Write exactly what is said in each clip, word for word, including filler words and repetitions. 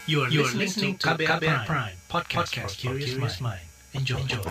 You are listening to K B R Prime, podcast for curious mind. Enjoy. Enjoy.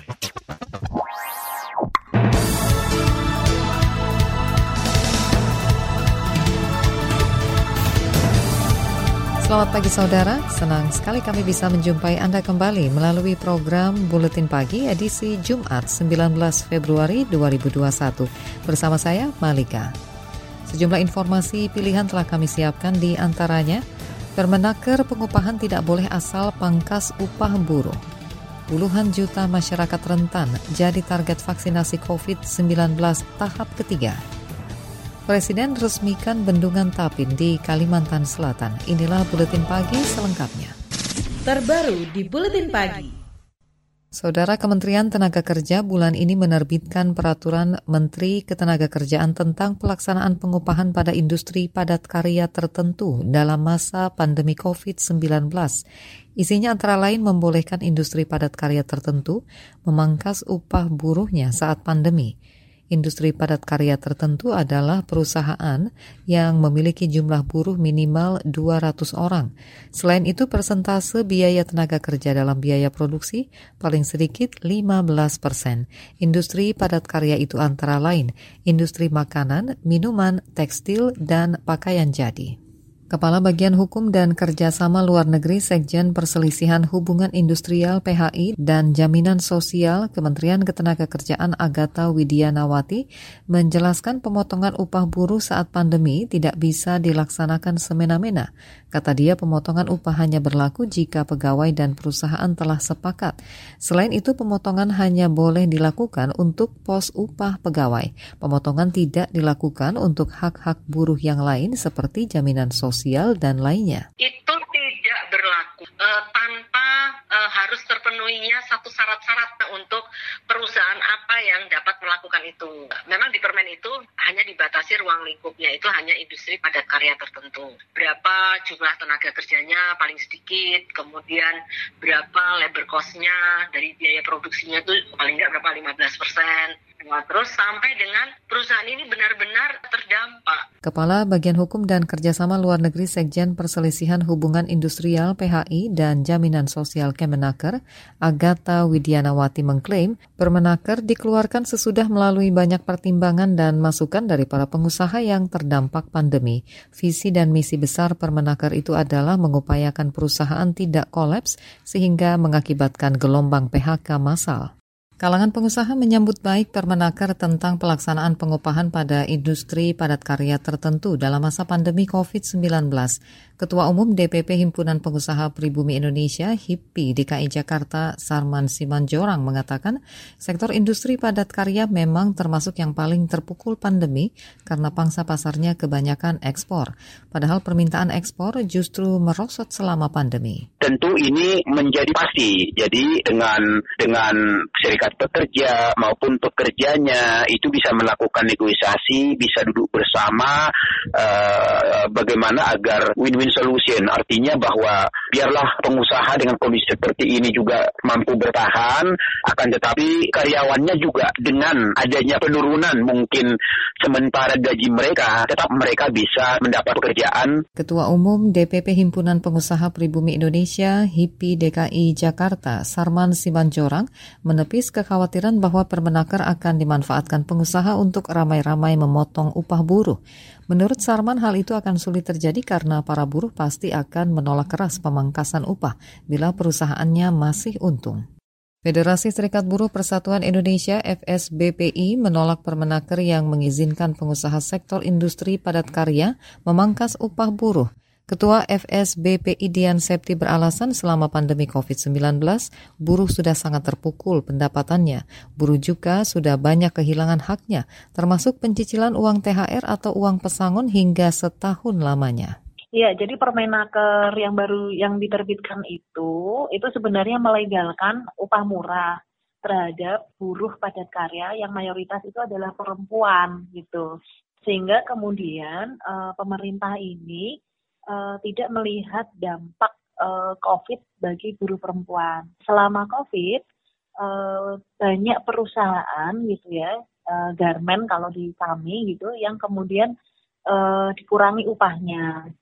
Selamat pagi saudara, senang sekali kami bisa menjumpai Anda kembali melalui program Buletin Pagi edisi Jumat sembilan belas Februari dua ribu dua puluh satu. Bersama saya, Malika. Sejumlah informasi pilihan telah kami siapkan, di antaranya Permenaker pengupahan tidak boleh asal pangkas upah buruh. Puluhan juta masyarakat rentan jadi target vaksinasi covid sembilan belas tahap ketiga. Presiden resmikan bendungan Tapin di Kalimantan Selatan. Inilah Buletin Pagi selengkapnya. Terbaru di Buletin Pagi. Saudara, Kementerian Tenaga Kerja bulan ini menerbitkan Peraturan Menteri Ketenagakerjaan tentang pelaksanaan pengupahan pada industri padat karya tertentu dalam masa pandemi covid sembilan belas. Isinya antara lain membolehkan industri padat karya tertentu memangkas upah buruhnya saat pandemi. Industri padat karya tertentu adalah perusahaan yang memiliki jumlah buruh minimal dua ratus orang. Selain itu, persentase biaya tenaga kerja dalam biaya produksi paling sedikit lima belas persen. Industri padat karya itu antara lain industri makanan, minuman, tekstil, dan pakaian jadi. Kepala Bagian Hukum dan Kerjasama Luar Negeri Sekjen Perselisihan Hubungan Industrial P H I dan Jaminan Sosial Kementerian Ketenagakerjaan Agatha Widianawati menjelaskan pemotongan upah buruh saat pandemi tidak bisa dilaksanakan semena-mena. Kata dia, pemotongan upah hanya berlaku jika pegawai dan perusahaan telah sepakat. Selain itu, pemotongan hanya boleh dilakukan untuk pos upah pegawai. Pemotongan tidak dilakukan untuk hak-hak buruh yang lain seperti jaminan sosial dan lainnya. Itu tidak berlaku uh, tanpa uh, harus terpenuhinya satu syarat-syarat untuk perusahaan apa yang dapat melakukan itu. Memang di Permen itu hanya dibatasi ruang lingkupnya, itu hanya industri padat karya tertentu. Berapa jumlah tenaga kerjanya paling sedikit, kemudian berapa labor cost-nya dari biaya produksinya itu paling nggak berapa lima belas persen. Nah, terus sampai dengan perusahaan ini benar-benar terdampak. Kepala Bagian Hukum dan Kerjasama Luar Negeri Sekjen Perselisihan Hubungan Industrial P H I dan Jaminan Sosial Kemenaker, Agatha Widianawati mengklaim Permenaker dikeluarkan sesudah melalui banyak pertimbangan dan masukan dari para pengusaha yang terdampak pandemi. Visi dan misi besar Permenaker itu adalah mengupayakan perusahaan tidak kolaps sehingga mengakibatkan gelombang P H K massal. Kalangan pengusaha menyambut baik Permenaker tentang pelaksanaan pengupahan pada industri padat karya tertentu dalam masa pandemi covid sembilan belas. Ketua Umum D P P Himpunan Pengusaha Pribumi Indonesia H I P I D K I Jakarta Sarman Simanjorang mengatakan sektor industri padat karya memang termasuk yang paling terpukul pandemi karena pangsa pasarnya kebanyakan ekspor. Padahal permintaan ekspor justru merosot selama pandemi. Tentu ini menjadi pasti. Jadi dengan dengan serikat pekerja maupun pekerjanya itu bisa melakukan negosiasi, bisa duduk bersama uh, bagaimana agar win-win solution. Artinya bahwa biarlah pengusaha dengan kondisi seperti ini juga mampu bertahan, akan tetapi karyawannya juga dengan adanya penurunan mungkin sementara gaji mereka, tetap mereka bisa mendapat pekerjaan. Ketua Umum D P P Himpunan Pengusaha Pribumi Indonesia H I P I D K I Jakarta Sarman Simanjorang menepis kekhawatiran bahwa Permenaker akan dimanfaatkan pengusaha untuk ramai-ramai memotong upah buruh. Menurut Sarman, hal itu akan sulit terjadi karena para buruh pasti akan menolak keras pemangkasan upah bila perusahaannya masih untung. Federasi Serikat Buruh Persatuan Indonesia F S B P I menolak Permenaker yang mengizinkan pengusaha sektor industri padat karya memangkas upah buruh. Ketua F S B P I Dian Septi beralasan selama pandemi covid sembilan belas, buruh sudah sangat terpukul pendapatannya. Buruh juga sudah banyak kehilangan haknya, termasuk pencicilan uang T H R atau uang pesangon hingga setahun lamanya. Iya, jadi Permenaker yang baru yang diterbitkan itu, itu sebenarnya melegalkan upah murah terhadap buruh padat karya yang mayoritas itu adalah perempuan gitu. Sehingga kemudian uh, pemerintah ini Uh, tidak melihat dampak uh, COVID bagi buruh perempuan. Selama COVID, uh, banyak perusahaan gitu ya, uh, garmen kalau di kami gitu, yang kemudian uh, dikurangi upahnya.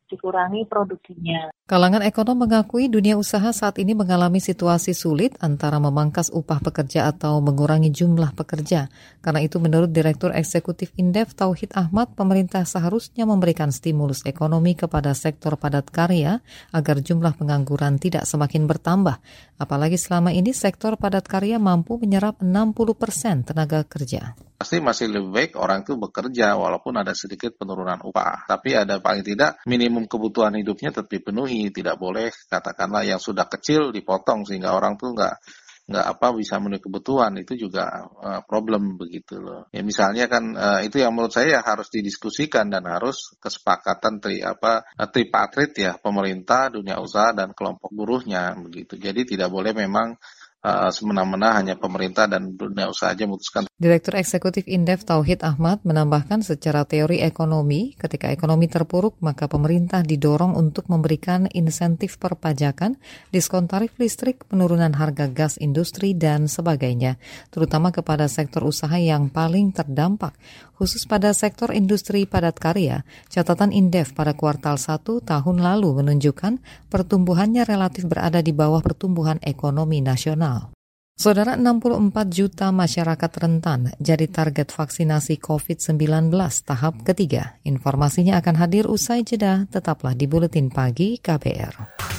dikurangi produksinya. Kalangan ekonom mengakui dunia usaha saat ini mengalami situasi sulit antara memangkas upah pekerja atau mengurangi jumlah pekerja. Karena itu menurut Direktur Eksekutif Indef Tauhid Ahmad, pemerintah seharusnya memberikan stimulus ekonomi kepada sektor padat karya agar jumlah pengangguran tidak semakin bertambah. Apalagi selama ini sektor padat karya mampu menyerap enam puluh persen tenaga kerja. Pasti masih lebih baik orang itu bekerja walaupun ada sedikit penurunan upah. Tapi ada paling tidak minimum kebutuhan hidupnya tetap dipenuhi. Tidak boleh katakanlah yang sudah kecil dipotong sehingga orang tuh nggak nggak apa bisa memenuhi kebutuhan. Itu juga uh, problem begitu loh. Ya misalnya kan uh, itu yang menurut saya harus didiskusikan dan harus kesepakatan tri apa tripartit ya, pemerintah, dunia usaha dan kelompok buruhnya begitu. Jadi tidak boleh memang Uh, semena-mena hanya pemerintah dan dunia usaha saja memutuskan. Direktur Eksekutif Indef Tauhid Ahmad menambahkan secara teori ekonomi, ketika ekonomi terpuruk maka pemerintah didorong untuk memberikan insentif perpajakan, diskon tarif listrik, penurunan harga gas industri dan sebagainya, terutama kepada sektor usaha yang paling terdampak. Khusus pada sektor industri padat karya, catatan Indef pada kuartal satu tahun lalu menunjukkan pertumbuhannya relatif berada di bawah pertumbuhan ekonomi nasional. Saudara, enam puluh empat juta masyarakat rentan jadi target vaksinasi covid sembilan belas tahap ketiga. Informasinya akan hadir usai jeda, tetaplah di Buletin Pagi K B R.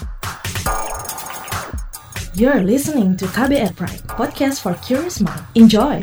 You're listening to K B R Prime, podcast for curious mind. Enjoy!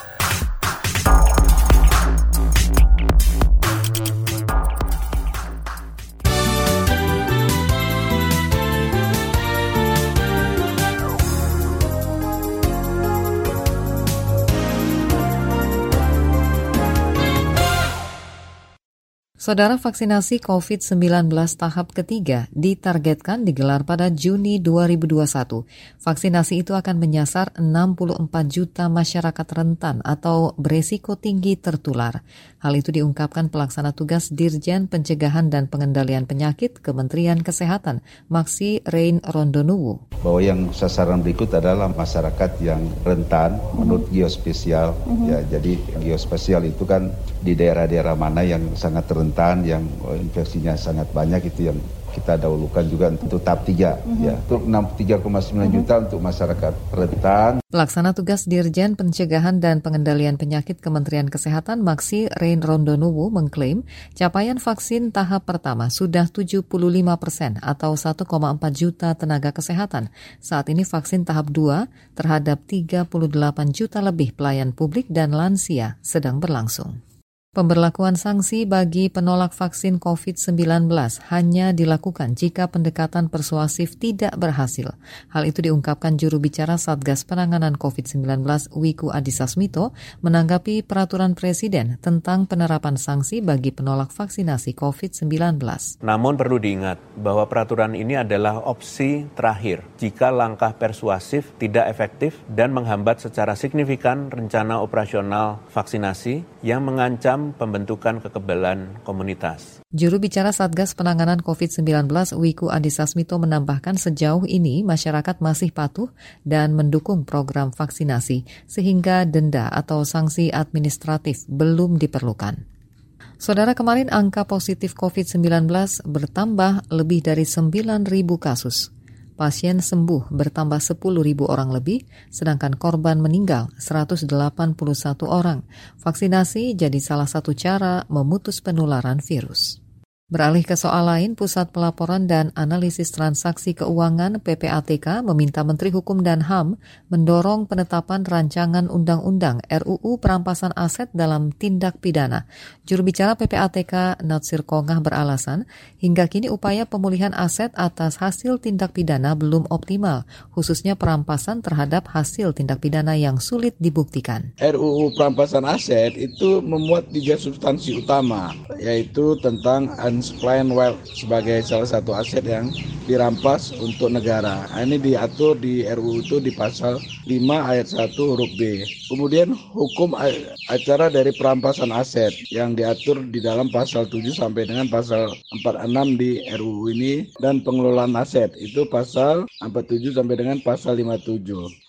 Saudara, vaksinasi covid sembilan belas tahap ketiga ditargetkan digelar pada Juni dua ribu dua puluh satu. Vaksinasi itu akan menyasar enam puluh empat juta masyarakat rentan atau beresiko tinggi tertular. Hal itu diungkapkan pelaksana tugas Dirjen Pencegahan dan Pengendalian Penyakit Kementerian Kesehatan, Maksi Rein Rondonuwu. Bahwa yang sasaran berikut adalah masyarakat yang rentan menurut geospesial. Mm-hmm. Ya, jadi geospesial itu kan di daerah-daerah mana yang sangat rentan, yang infeksinya sangat banyak, itu yang kita dahulukan juga untuk tahap tiga. Mm-hmm. Ya, untuk enam puluh tiga koma sembilan mm-hmm. juta untuk masyarakat rentan. Pelaksana tugas Dirjen Pencegahan dan Pengendalian Penyakit Kementerian Kesehatan, Maksi Rein Rondonuwu, mengklaim capaian vaksin tahap pertama sudah tujuh puluh lima persen atau satu koma empat juta tenaga kesehatan. Saat ini vaksin tahap dua terhadap tiga puluh delapan juta lebih pelayan publik dan lansia sedang berlangsung. Pemberlakuan sanksi bagi penolak vaksin covid sembilan belas hanya dilakukan jika pendekatan persuasif tidak berhasil. Hal itu diungkapkan juru bicara Satgas Penanganan covid sembilan belas Wiku Adhisa Smito menanggapi peraturan Presiden tentang penerapan sanksi bagi penolak vaksinasi covid sembilan belas. Namun perlu diingat bahwa peraturan ini adalah opsi terakhir jika langkah persuasif tidak efektif dan menghambat secara signifikan rencana operasional vaksinasi yang mengancam pembentukan kekebalan komunitas. Juru bicara Satgas Penanganan covid sembilan belas Wiku Adhisa Smito menambahkan sejauh ini masyarakat masih patuh dan mendukung program vaksinasi sehingga denda atau sanksi administratif belum diperlukan. Saudara, kemarin angka positif covid sembilan belas bertambah lebih dari sembilan ribu kasus. Pasien sembuh bertambah sepuluh ribu orang lebih, sedangkan korban meninggal seratus delapan puluh satu orang. Vaksinasi jadi salah satu cara memutus penularan virus. Beralih ke soal lain, Pusat Pelaporan dan Analisis Transaksi Keuangan P P A T K meminta Menteri Hukum dan H A M mendorong penetapan rancangan undang-undang R U U perampasan aset dalam tindak pidana. Juru bicara P P A T K Natsir Kongah beralasan, hingga kini upaya pemulihan aset atas hasil tindak pidana belum optimal, khususnya perampasan terhadap hasil tindak pidana yang sulit dibuktikan. R U U perampasan aset itu memuat tiga substansi utama, yaitu tentang unclaimed wealth sebagai salah satu aset yang dirampas untuk negara. Ini diatur di R U U itu di pasal lima ayat satu huruf B. Kemudian hukum acara dari perampasan aset yang diatur di dalam pasal tujuh sampai dengan pasal empat puluh enam di R U U ini, dan pengelolaan aset itu pasal empat puluh tujuh sampai dengan pasal lima puluh tujuh.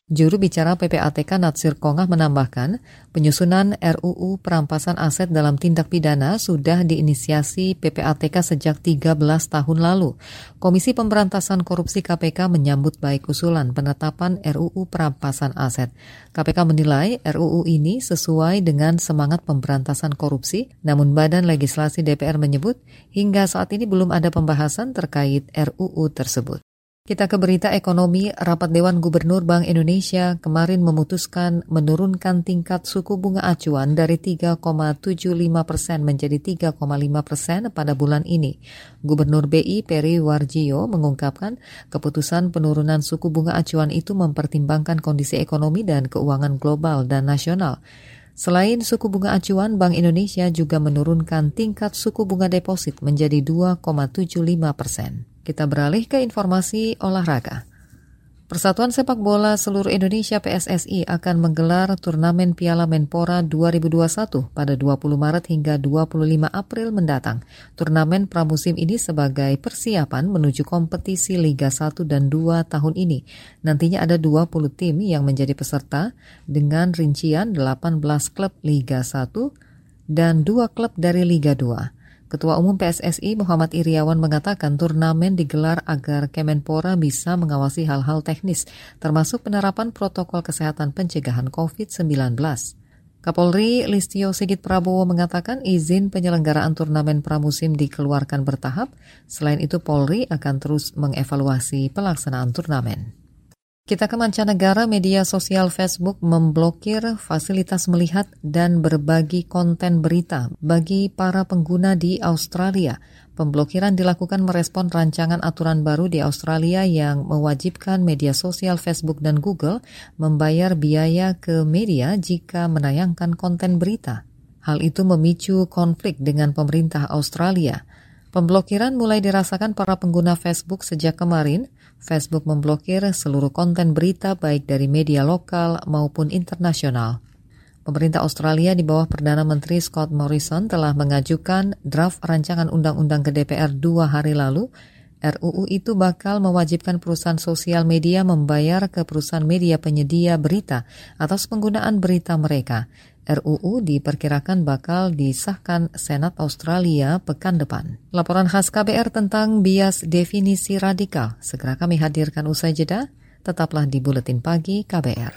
Juru bicara P P A T K Natsir Kongah menambahkan, penyusunan R U U perampasan aset dalam tindak pidana sudah diinisiasi P P A T K sejak tiga belas tahun lalu. Komisi Pemberantasan Korupsi K P K menyambut baik usulan penetapan R U U perampasan aset. K P K menilai R U U ini sesuai dengan semangat pemberantasan korupsi, namun Badan Legislasi D P R menyebut hingga saat ini belum ada pembahasan terkait R U U tersebut. Kita ke berita ekonomi. Rapat Dewan Gubernur Bank Indonesia kemarin memutuskan menurunkan tingkat suku bunga acuan dari tiga koma tujuh lima persen menjadi tiga koma lima persen pada bulan ini. Gubernur B I Peri Warjio mengungkapkan keputusan penurunan suku bunga acuan itu mempertimbangkan kondisi ekonomi dan keuangan global dan nasional. Selain suku bunga acuan, Bank Indonesia juga menurunkan tingkat suku bunga deposit menjadi dua koma tujuh lima persen. Kita beralih ke informasi olahraga. Persatuan Sepak Bola Seluruh Indonesia P S S I akan menggelar turnamen Piala Menpora dua ribu dua puluh satu pada dua puluh Maret hingga dua puluh lima April mendatang. Turnamen pramusim ini sebagai persiapan menuju kompetisi Liga satu dan dua tahun ini. Nantinya ada dua puluh tim yang menjadi peserta dengan rincian delapan belas klub Liga satu dan dua klub dari Liga dua. Ketua Umum P S S I Muhammad Iriawan mengatakan turnamen digelar agar Kemenpora bisa mengawasi hal-hal teknis, termasuk penerapan protokol kesehatan pencegahan covid sembilan belas. Kapolri Listio Sigit Prabowo mengatakan izin penyelenggaraan turnamen pramusim dikeluarkan bertahap. Selain itu, Polri akan terus mengevaluasi pelaksanaan turnamen. Kita ke mancanegara. Media sosial Facebook memblokir fasilitas melihat dan berbagi konten berita bagi para pengguna di Australia. Pemblokiran dilakukan merespon rancangan aturan baru di Australia yang mewajibkan media sosial Facebook dan Google membayar biaya ke media jika menayangkan konten berita. Hal itu memicu konflik dengan pemerintah Australia. Pemblokiran mulai dirasakan para pengguna Facebook sejak kemarin. Facebook memblokir seluruh konten berita baik dari media lokal maupun internasional. Pemerintah Australia di bawah Perdana Menteri Scott Morrison telah mengajukan draft rancangan undang-undang ke D P R dua hari lalu. R U U itu bakal mewajibkan perusahaan sosial media membayar ke perusahaan media penyedia berita atas penggunaan berita mereka. R U U diperkirakan bakal disahkan Senat Australia pekan depan. Laporan khas K B R tentang bias definisi radikal segera kami hadirkan usai jeda. Tetaplah di Buletin Pagi K B R.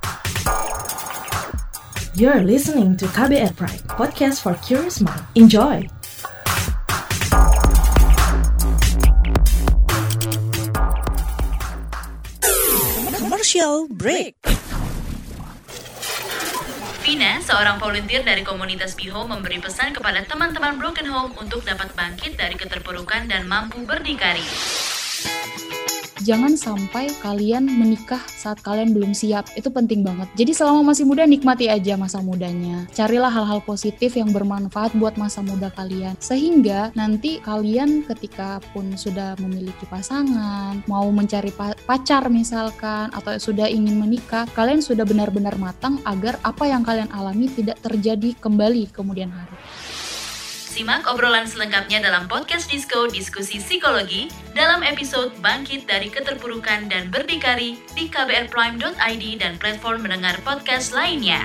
You're listening to K B R Prime, podcast for curious mind. Enjoy! Commercial break. Vina, seorang volunteer dari komunitas BeHome, memberi pesan kepada teman-teman Broken Home untuk dapat bangkit dari keterpurukan dan mampu berdikari. Jangan sampai kalian menikah saat kalian belum siap. Itu penting banget. Jadi selama masih muda, nikmati aja masa mudanya. Carilah hal-hal positif yang bermanfaat buat masa muda kalian. Sehingga nanti kalian ketika pun sudah memiliki pasangan, mau mencari pacar misalkan, atau sudah ingin menikah, kalian sudah benar-benar matang agar apa yang kalian alami tidak terjadi kembali kemudian hari. Simak obrolan selengkapnya dalam podcast Disko Diskusi Psikologi dalam episode Bangkit dari Keterpurukan dan Berdikari di k b r prime dot i d dan platform mendengar podcast lainnya.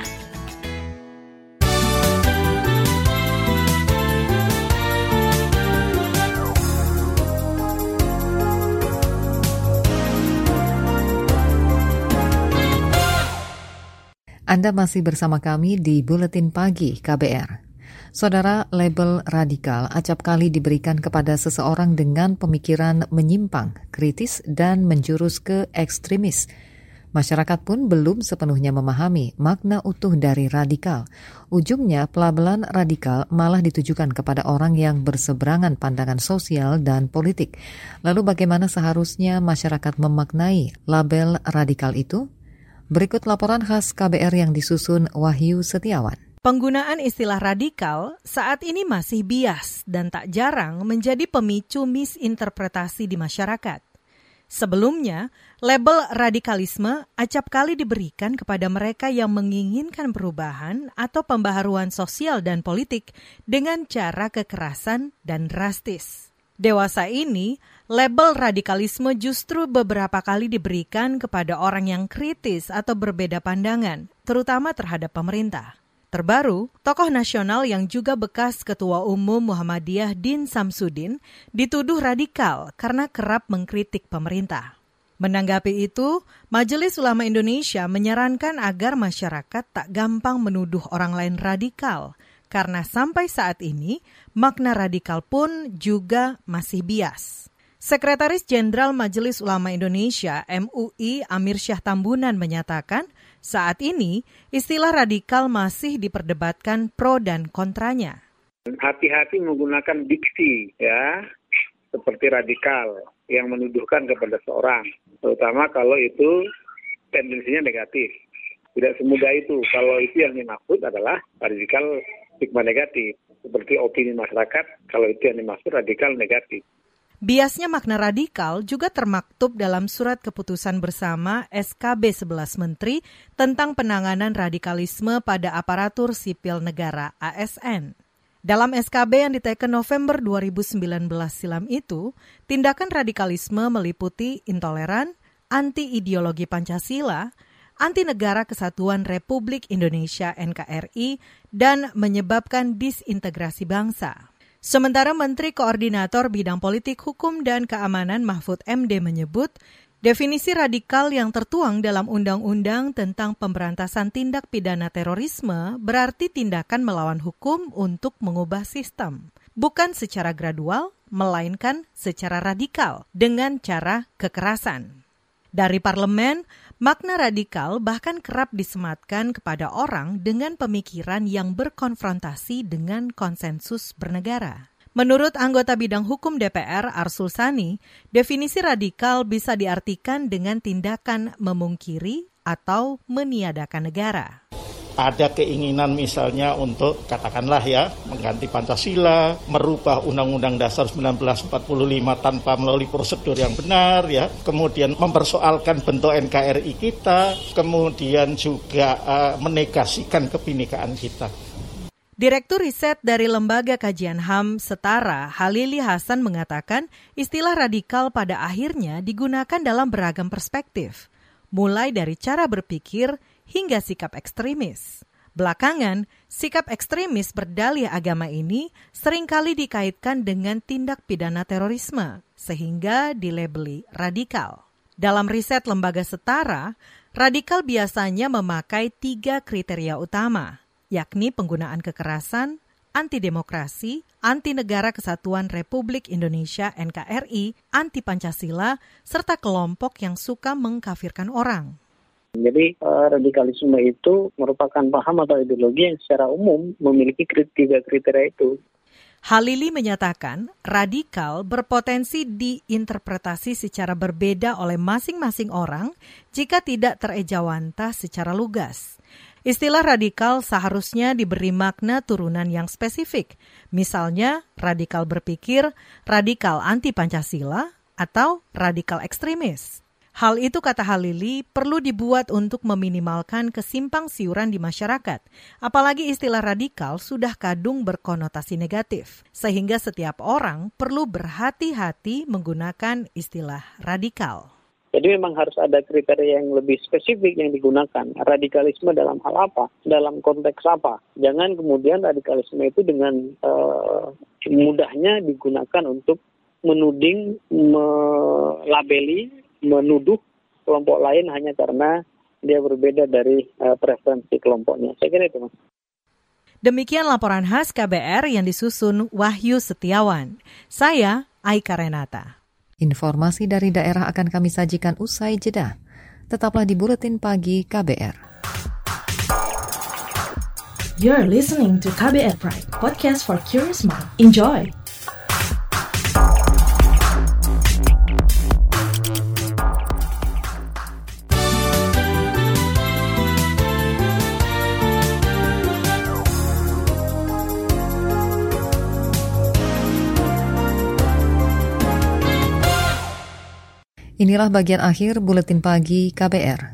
Anda masih bersama kami di Buletin Pagi K B R. Saudara, label radikal acap kali diberikan kepada seseorang dengan pemikiran menyimpang, kritis, dan menjurus ke ekstremis. Masyarakat pun belum sepenuhnya memahami makna utuh dari radikal. Ujungnya, pelabelan radikal malah ditujukan kepada orang yang berseberangan pandangan sosial dan politik. Lalu bagaimana seharusnya masyarakat memaknai label radikal itu? Berikut laporan khas K B R yang disusun Wahyu Setiawan. Penggunaan istilah radikal saat ini masih bias dan tak jarang menjadi pemicu misinterpretasi di masyarakat. Sebelumnya, label radikalisme acap kali diberikan kepada mereka yang menginginkan perubahan atau pembaharuan sosial dan politik dengan cara kekerasan dan drastis. Dewasa ini, label radikalisme justru beberapa kali diberikan kepada orang yang kritis atau berbeda pandangan, terutama terhadap pemerintah. Terbaru, tokoh nasional yang juga bekas Ketua Umum Muhammadiyah Din Samsudin dituduh radikal karena kerap mengkritik pemerintah. Menanggapi itu, Majelis Ulama Indonesia menyarankan agar masyarakat tak gampang menuduh orang lain radikal, karena sampai saat ini makna radikal pun juga masih bias. Sekretaris Jenderal Majelis Ulama Indonesia M U I Amir Syah Tambunan menyatakan, saat ini istilah radikal masih diperdebatkan pro dan kontranya. Hati-hati menggunakan diksi ya, seperti radikal yang menuduhkan kepada seorang, terutama kalau itu tendensinya negatif. Tidak semudah itu. Kalau itu yang dimaksud adalah radikal stigma negatif, seperti opini masyarakat, kalau itu yang dimaksud radikal negatif. Biasnya makna radikal juga termaktub dalam surat keputusan bersama S K B sebelas Menteri tentang penanganan radikalisme pada aparatur sipil negara A S N. Dalam S K B yang diteken November dua ribu sembilan belas silam itu, tindakan radikalisme meliputi intoleran, anti-ideologi Pancasila, anti-negara kesatuan Republik Indonesia N K R I, dan menyebabkan disintegrasi bangsa. Sementara Menteri Koordinator Bidang Politik, Hukum, dan Keamanan Mahfud M D menyebut, definisi radikal yang tertuang dalam Undang-Undang tentang Pemberantasan Tindak Pidana Terorisme berarti tindakan melawan hukum untuk mengubah sistem, bukan secara gradual, melainkan secara radikal dengan cara kekerasan. Dari parlemen, makna radikal bahkan kerap disematkan kepada orang dengan pemikiran yang berkonfrontasi dengan konsensus bernegara. Menurut anggota bidang hukum D P R Arsul Sani, definisi radikal bisa diartikan dengan tindakan memungkiri atau meniadakan negara. Ada keinginan misalnya untuk katakanlah ya mengganti Pancasila, merubah Undang-Undang Dasar seribu sembilan ratus empat puluh lima tanpa melalui prosedur yang benar ya, kemudian mempersoalkan bentuk N K R I kita, kemudian juga uh, menegasikan kebinekaan kita. Direktur Riset dari Lembaga Kajian H A M Setara, Halili Hasan mengatakan istilah radikal pada akhirnya digunakan dalam beragam perspektif, mulai dari cara berpikir hingga sikap ekstremis. Belakangan, sikap ekstremis berdalih agama ini seringkali dikaitkan dengan tindak pidana terorisme, sehingga dilabeli radikal. Dalam riset Lembaga Setara, radikal biasanya memakai tiga kriteria utama, yakni penggunaan kekerasan, anti-demokrasi, anti-negara kesatuan Republik Indonesia N K R I, anti-Pancasila, serta kelompok yang suka mengkafirkan orang. Jadi uh, radikalisme itu merupakan paham atau ideologi yang secara umum memiliki tiga kriteria itu. Halili menyatakan radikal berpotensi diinterpretasi secara berbeda oleh masing-masing orang jika tidak terejawantah secara lugas. Istilah radikal seharusnya diberi makna turunan yang spesifik, misalnya radikal berpikir, radikal anti-Pancasila, atau radikal ekstremis. Hal itu, kata Halili, perlu dibuat untuk meminimalkan kesimpang siuran di masyarakat, apalagi istilah radikal sudah kadung berkonotasi negatif, sehingga setiap orang perlu berhati-hati menggunakan istilah radikal. Jadi memang harus ada kriteria yang lebih spesifik yang digunakan. Radikalisme dalam hal apa? Dalam konteks apa? Jangan kemudian radikalisme itu dengan uh, mudahnya digunakan untuk menuding, melabeli, menuduh kelompok lain hanya karena dia berbeda dari uh, preferensi kelompoknya. Saya kira itu, Mas. Demikian laporan khas K B R yang disusun Wahyu Setiawan. Saya Aika Renata. Informasi dari daerah akan kami sajikan usai jeda. Tetaplah di Buletin Pagi K B R. You're listening to K B R Prime, podcast for curious mind. Enjoy! Inilah bagian akhir Buletin Pagi K B R.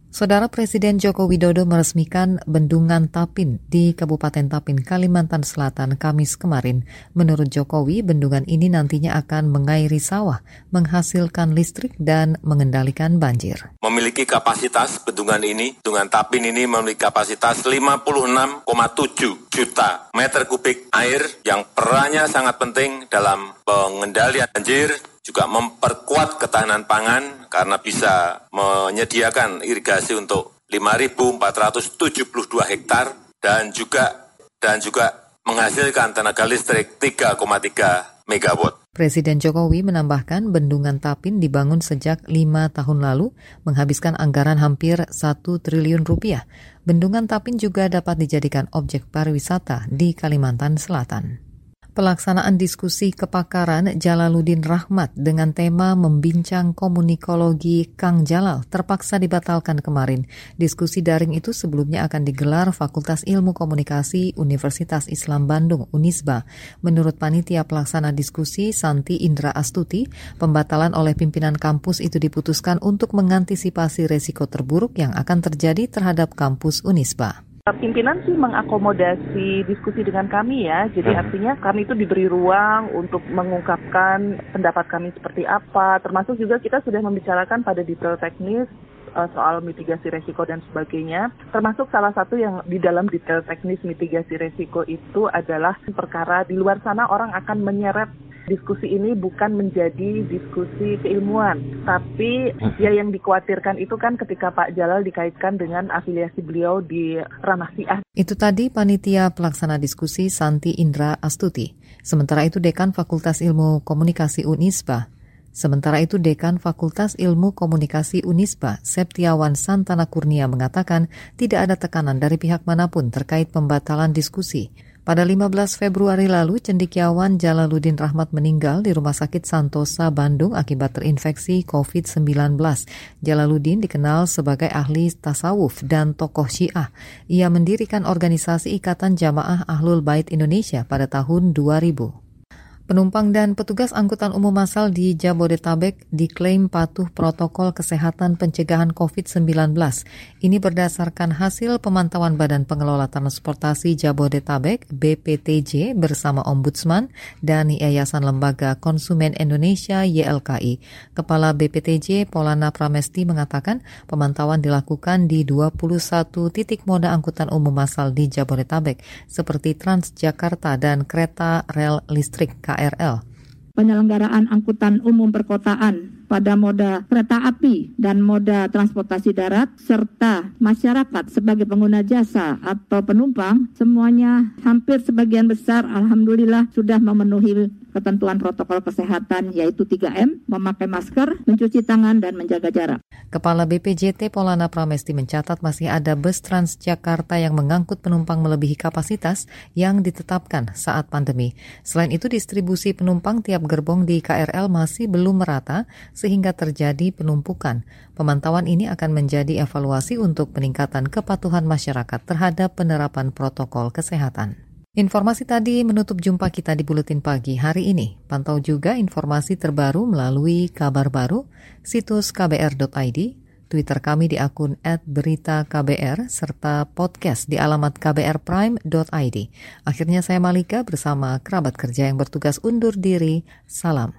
Saudara Presiden Joko Widodo meresmikan Bendungan Tapin di Kabupaten Tapin, Kalimantan Selatan, Kamis kemarin. Menurut Jokowi, bendungan ini nantinya akan mengairi sawah, menghasilkan listrik, dan mengendalikan banjir. Memiliki kapasitas bendungan ini, Bendungan Tapin ini memiliki kapasitas lima puluh enam koma tujuh juta meter kubik air yang perannya sangat penting dalam pengendalian banjir, juga memperkuat ketahanan pangan karena bisa menyediakan irigasi untuk lima ribu empat ratus tujuh puluh dua hektar dan juga dan juga menghasilkan tenaga listrik tiga koma tiga megawatt. Presiden Jokowi menambahkan Bendungan Tapin dibangun sejak lima tahun lalu, menghabiskan anggaran hampir satu triliun rupiah. Bendungan Tapin juga dapat dijadikan objek pariwisata di Kalimantan Selatan. Pelaksanaan diskusi kepakaran Jalaluddin Rahmat dengan tema membincang komunikologi Kang Jalal terpaksa dibatalkan kemarin. Diskusi daring itu sebelumnya akan digelar Fakultas Ilmu Komunikasi Universitas Islam Bandung Unisba. Menurut panitia pelaksana diskusi Santi Indra Astuti, pembatalan oleh pimpinan kampus itu diputuskan untuk mengantisipasi resiko terburuk yang akan terjadi terhadap kampus Unisba. Pimpinan sih mengakomodasi diskusi dengan kami ya, jadi artinya kami itu diberi ruang untuk mengungkapkan pendapat kami seperti apa, termasuk juga kita sudah membicarakan pada detail teknis soal mitigasi resiko dan sebagainya, termasuk salah satu yang di dalam detail teknis mitigasi resiko itu adalah perkara di luar sana orang akan menyeret diskusi ini bukan menjadi diskusi keilmuan, tapi ya yang dikhawatirkan itu kan ketika Pak Jalal dikaitkan dengan afiliasi beliau di ranah Syiah. Itu tadi panitia pelaksana diskusi Santi Indra Astuti. Sementara itu Dekan Fakultas Ilmu Komunikasi Unisba. Sementara itu Dekan Fakultas Ilmu Komunikasi Unisba, Septiawan Santana Kurnia mengatakan tidak ada tekanan dari pihak manapun terkait pembatalan diskusi. Pada lima belas Februari lalu, cendekiawan Jalaluddin Rahmat meninggal di Rumah Sakit Santosa, Bandung akibat terinfeksi covid sembilan belas. Jalaluddin dikenal sebagai ahli tasawuf dan tokoh Syiah. Ia mendirikan organisasi Ikatan Jamaah Ahlul Bait Indonesia pada tahun dua ribu. Penumpang dan petugas angkutan umum massal di Jabodetabek diklaim patuh protokol kesehatan pencegahan covid sembilan belas. Ini berdasarkan hasil pemantauan Badan Pengelola Transportasi Jabodetabek B P T J bersama Ombudsman dan Yayasan Lembaga Konsumen Indonesia Y L K I. Kepala B P T J Polana Pramesti mengatakan pemantauan dilakukan di dua puluh satu titik moda angkutan umum massal di Jabodetabek seperti Transjakarta dan kereta rel listrik K R L. Penyelenggaraan angkutan umum perkotaan pada moda kereta api dan moda transportasi darat serta masyarakat sebagai pengguna jasa atau penumpang semuanya hampir sebagian besar alhamdulillah sudah memenuhi ketentuan protokol kesehatan yaitu tiga M, memakai masker, mencuci tangan dan menjaga jarak. Kepala B P J T Polana Pramesti mencatat masih ada bus Transjakarta yang mengangkut penumpang melebihi kapasitas yang ditetapkan saat pandemi. Selain itu distribusi penumpang tiap gerbong di K R L masih belum merata sehingga terjadi penumpukan. Pemantauan ini akan menjadi evaluasi untuk peningkatan kepatuhan masyarakat terhadap penerapan protokol kesehatan. Informasi tadi menutup jumpa kita di Buletin Pagi hari ini. Pantau juga informasi terbaru melalui kabar baru, situs k b r dot i d, Twitter kami di akun et berita k b r, serta podcast di alamat k b r prime dot i d. Akhirnya saya Malika bersama kerabat kerja yang bertugas undur diri. Salam.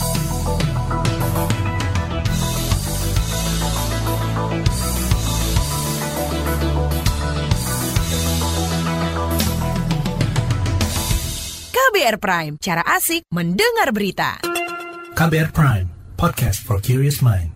K B R Prime, cara asik mendengar berita. K B R Prime, podcast for curious mind.